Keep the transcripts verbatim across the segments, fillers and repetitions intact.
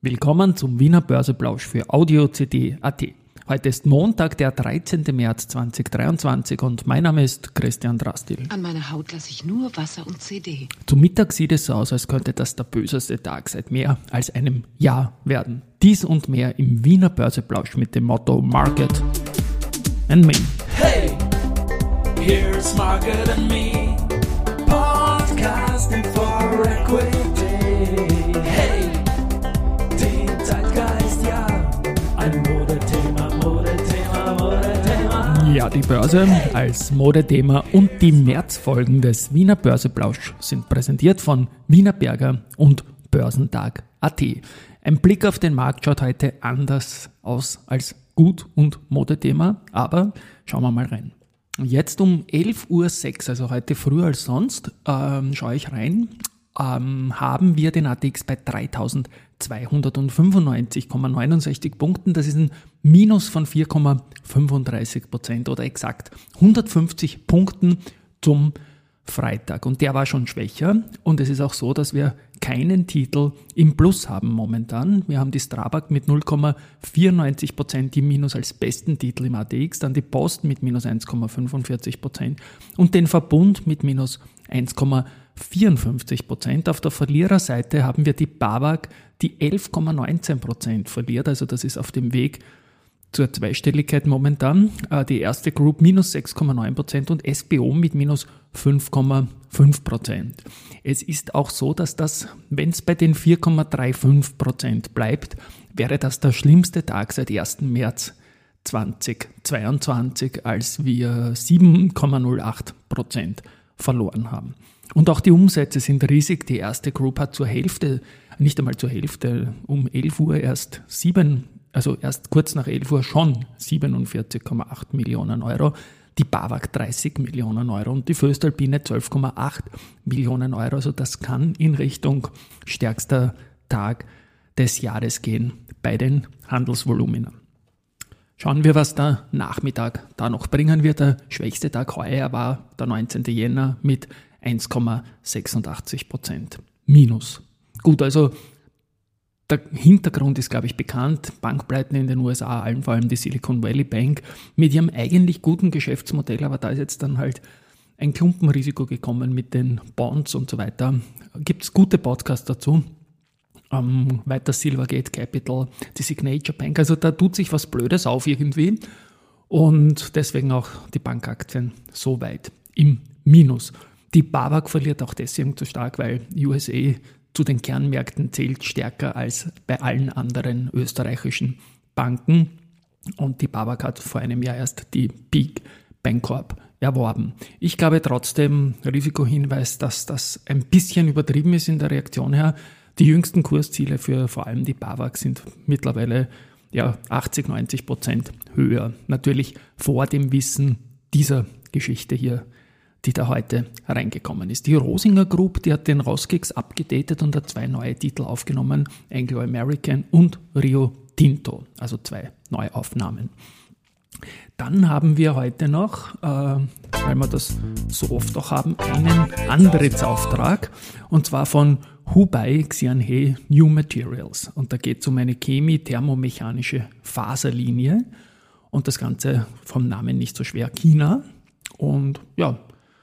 Willkommen zum Wiener Börseplausch für Audio C D Punkt A T. Heute ist Montag, der dreizehnten März zweitausenddreiundzwanzig und mein Name ist Christian Drastil. An meiner Haut lasse ich nur Wasser und C D. Zum Mittag sieht es so aus, als könnte das der böseste Tag seit mehr als einem Jahr werden. Dies und mehr im Wiener Börseplausch mit dem Motto Market and Me. Hey, here's Market and Me, podcasting for equity. Hey, den Zeitgeist, ja, ein Modethema, Modethema, Modethema. Ja, die Börse als Modethema und die Märzfolgen des Wiener Börseplausch sind präsentiert von Wiener Berger und Börsentag Punkt A T. Ein Blick auf den Markt schaut heute anders aus als Gut- und Modethema, aber schauen wir mal rein. Jetzt um elf Uhr sechs, also heute früher als sonst, ähm, schaue ich rein, ähm, haben wir den A T X bei dreitausendzweihundertfünfundneunzig Komma neunundsechzig Punkten. Das ist ein Minus von vier Komma fünfunddreißig Prozent oder exakt hundertfünfzig Punkten zum Freitag. Und der war schon schwächer. Und es ist auch so, dass wir keinen Titel im Plus haben momentan. Wir haben die Strabag mit null Komma vierundneunzig Prozent im Minus als besten Titel im A T X, dann die Post mit minus eins Komma fünfundvierzig Prozent und den Verbund mit minus eins Komma vierundfünfzig Prozent. Auf der Verliererseite haben wir die BAWAG, die elf Komma neunzehn Prozent verliert. Also das ist auf dem Weg zur Zweistelligkeit momentan. Die erste Group minus sechs Komma neun Prozent und S B O mit minus fünf Komma fünf Prozent. Es ist auch so, dass das, wenn es bei den vier Komma fünfunddreißig Prozent bleibt, wäre das der schlimmste Tag seit ersten März zweitausendzweiundzwanzig, als wir sieben Komma null acht Prozent verloren haben. Und auch die Umsätze sind riesig. Die erste Group hat zur Hälfte, nicht einmal zur Hälfte, um elf Uhr erst sieben, also erst kurz nach elf Uhr schon siebenundvierzig Komma acht Millionen Euro. Die BAWAG dreißig Millionen Euro und die Voestalpine zwölf Komma acht Millionen Euro. Also das kann in Richtung stärkster Tag des Jahres gehen bei den Handelsvolumina. Schauen wir, was der Nachmittag da noch bringen wird. Der schwächste Tag heuer war der neunzehnten Jänner mit eins Komma sechsundachtzig Prozent Minus. Gut, also der Hintergrund ist, glaube ich, bekannt. Bankpleiten in den U S A, allen vor allem die Silicon Valley Bank, mit ihrem eigentlich guten Geschäftsmodell, aber da ist jetzt dann halt ein Klumpenrisiko gekommen mit den Bonds und so weiter. Gibt es gute Podcasts dazu. Ähm, weiter Silvergate Capital, die Signature Bank. Also da tut sich was Blödes auf irgendwie und deswegen auch die Bankaktien so weit im Minus. Die BAWAG verliert auch deswegen zu stark, weil U S A zu den Kernmärkten zählt stärker als bei allen anderen österreichischen Banken. Und die BAWAG hat vor einem Jahr erst die Peak Bancorp erworben. Ich glaube trotzdem, Risikohinweis, dass das ein bisschen übertrieben ist in der Reaktion her. Die jüngsten Kursziele für vor allem die BAWAG sind mittlerweile ja, achtzig, neunzig Prozent höher. Natürlich vor dem Wissen dieser Geschichte hier, die da heute reingekommen ist. Die Rosinger Group, die hat den Roskix abgedatet und hat zwei neue Titel aufgenommen, Anglo American und Rio Tinto, also zwei Neuaufnahmen. Dann haben wir heute noch, äh, weil wir das so oft auch haben, einen Antrittsauftrag und zwar von Hubei Xianhe New Materials. Und da geht es um eine chemie-thermomechanische Faserlinie und das Ganze vom Namen nicht so schwer, China. Und ja,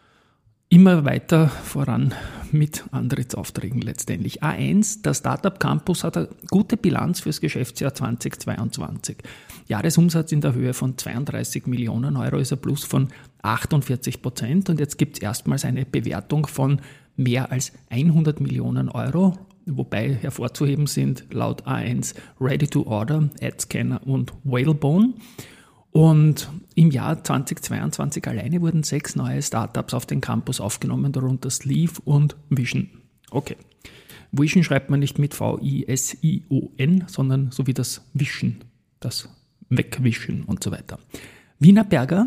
immer weiter voran mit Antrittsaufträgen letztendlich. A eins, der Startup Campus, hat eine gute Bilanz fürs Geschäftsjahr zweitausendzweiundzwanzig. Jahresumsatz in der Höhe von zweiunddreißig Millionen Euro ist ein Plus von achtundvierzig Prozent und jetzt gibt es erstmals eine Bewertung von mehr als hundert Millionen Euro, wobei hervorzuheben sind laut A eins Ready to Order, AdScanner und Whalebone. Und im Jahr zweitausendzweiundzwanzig alleine wurden sechs neue Startups auf den Campus aufgenommen, darunter Sleeve und Vision. Okay, Vision schreibt man nicht mit V I S I O N, sondern so wie das Vision, das Wegwischen und so weiter. Wiener Berger,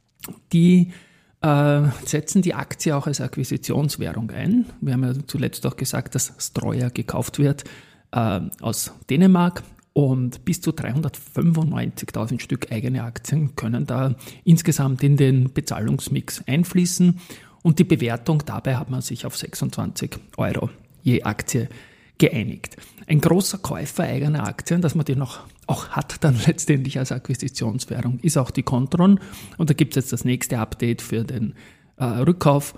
die äh, setzen die Aktie auch als Akquisitionswährung ein. Wir haben ja zuletzt auch gesagt, dass Streuer gekauft wird äh, aus Dänemark. Und bis zu dreihundertfünfundneunzigtausend Stück eigene Aktien können da insgesamt in den Bezahlungsmix einfließen. Und die Bewertung dabei hat man sich auf sechsundzwanzig Euro je Aktie geeinigt. Ein großer Käufer eigener Aktien, dass man die noch auch hat dann letztendlich als Akquisitionswährung, ist auch die Kontron. Und da gibt es jetzt das nächste Update für den äh, Rückkauf.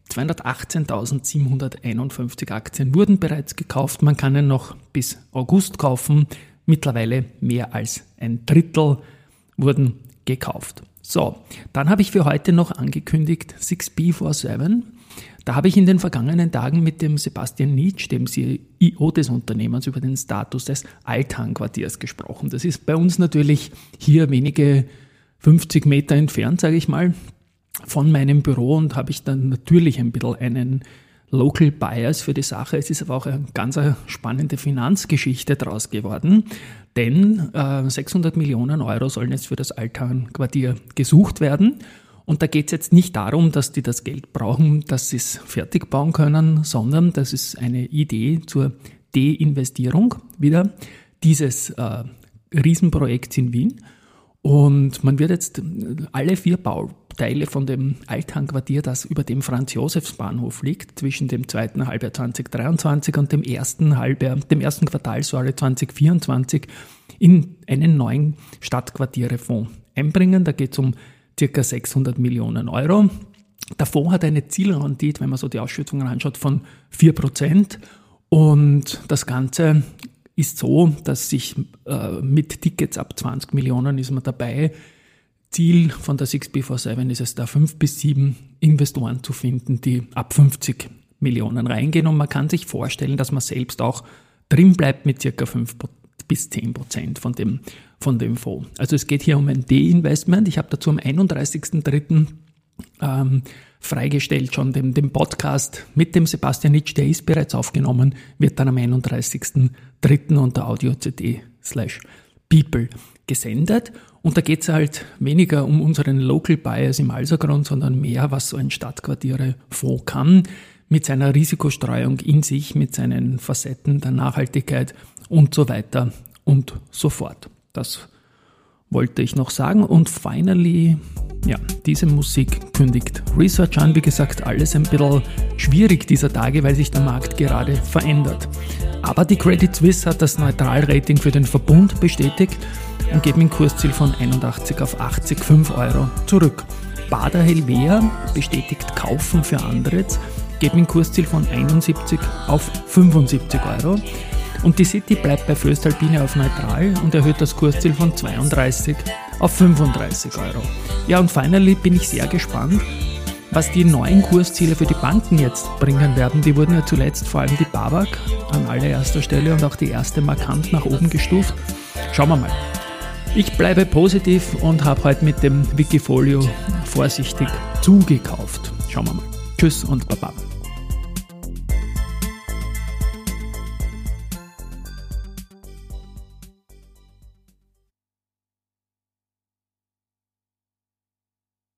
zweihundertachtzehntausendsiebenhunderteinundfünfzig Aktien wurden bereits gekauft. Man kann ihn noch bis August kaufen. Mittlerweile mehr als ein Drittel wurden gekauft. So, dann habe ich für heute noch angekündigt six B siebenundvierzig. Da habe ich in den vergangenen Tagen mit dem Sebastian Nitsch, dem C E O des Unternehmens, über den Status des Althang-Quartiers gesprochen. Das ist bei uns natürlich hier wenige fünfzig Meter entfernt, sage ich mal, von meinem Büro, und habe ich dann natürlich ein bisschen einen Local Bias für die Sache. Es ist aber auch eine ganz spannende Finanzgeschichte draus geworden, denn äh, sechshundert Millionen Euro sollen jetzt für das Althang-Quartier gesucht werden. Und da geht es jetzt nicht darum, dass die das Geld brauchen, dass sie es fertig bauen können, sondern das ist eine Idee zur Deinvestierung wieder dieses äh, Riesenprojekts in Wien. Und man wird jetzt alle vier Bauteile von dem Althang-Quartier, das über dem Franz-Josefs-Bahnhof liegt, zwischen dem zweiten Halbjahr zweitausenddreiundzwanzig und dem ersten Halbjahr, dem ersten Quartal sorry, zweitausendvierundzwanzig, in einen neuen Stadtquartierefonds einbringen. Da geht es um circa sechshundert Millionen Euro. Der Fonds hat eine Zielrendite, wenn man so die Ausschüttungen anschaut, von vier Prozent. Und das Ganze ist so, dass sich äh, mit Tickets ab zwanzig Millionen ist man dabei. Ziel von der six B siebenundvierzig ist es, da fünf bis sieben Investoren zu finden, die ab fünfzig Millionen reingehen. Und man kann sich vorstellen, dass man selbst auch drin bleibt mit circa fünf bis zehn Prozent von dem, von dem Fonds. Also es geht hier um ein D-Investment. Ich habe dazu am einunddreißigsten dritten Ähm, freigestellt schon den, den Podcast mit dem Sebastian Nitsch, der ist bereits aufgenommen, wird dann am einunddreißigsten dritten unter audio.cd slash people gesendet. Und da geht es halt weniger um unseren Local Bias im Alsergrund, sondern mehr, was so ein Stadtquartiere-Fonds kann, mit seiner Risikostreuung in sich, mit seinen Facetten der Nachhaltigkeit und so weiter und so fort. Das wollte ich noch sagen. Und finally, ja, diese Musik kündigt Research an. Wie gesagt, alles ein bisschen schwierig dieser Tage, weil sich der Markt gerade verändert. Aber die Credit Suisse hat das Neutralrating für den Verbund bestätigt und gibt ein Kursziel von einundachtzig auf achtzig, fünf Euro zurück. Bader Helvea bestätigt Kaufen für Andritz, gibt ein Kursziel von einundsiebzig auf fünfundsiebzig Euro. Und die City bleibt bei Voestalpine auf neutral und erhöht das Kursziel von zweiunddreißig auf fünfunddreißig Euro. Ja, und finally bin ich sehr gespannt, was die neuen Kursziele für die Banken jetzt bringen werden. Die wurden ja zuletzt, vor allem die BAWAG, an allererster Stelle und auch die erste markant nach oben gestuft. Schauen wir mal. Ich bleibe positiv und habe heute mit dem Wikifolio vorsichtig zugekauft. Schauen wir mal. Tschüss und Baba.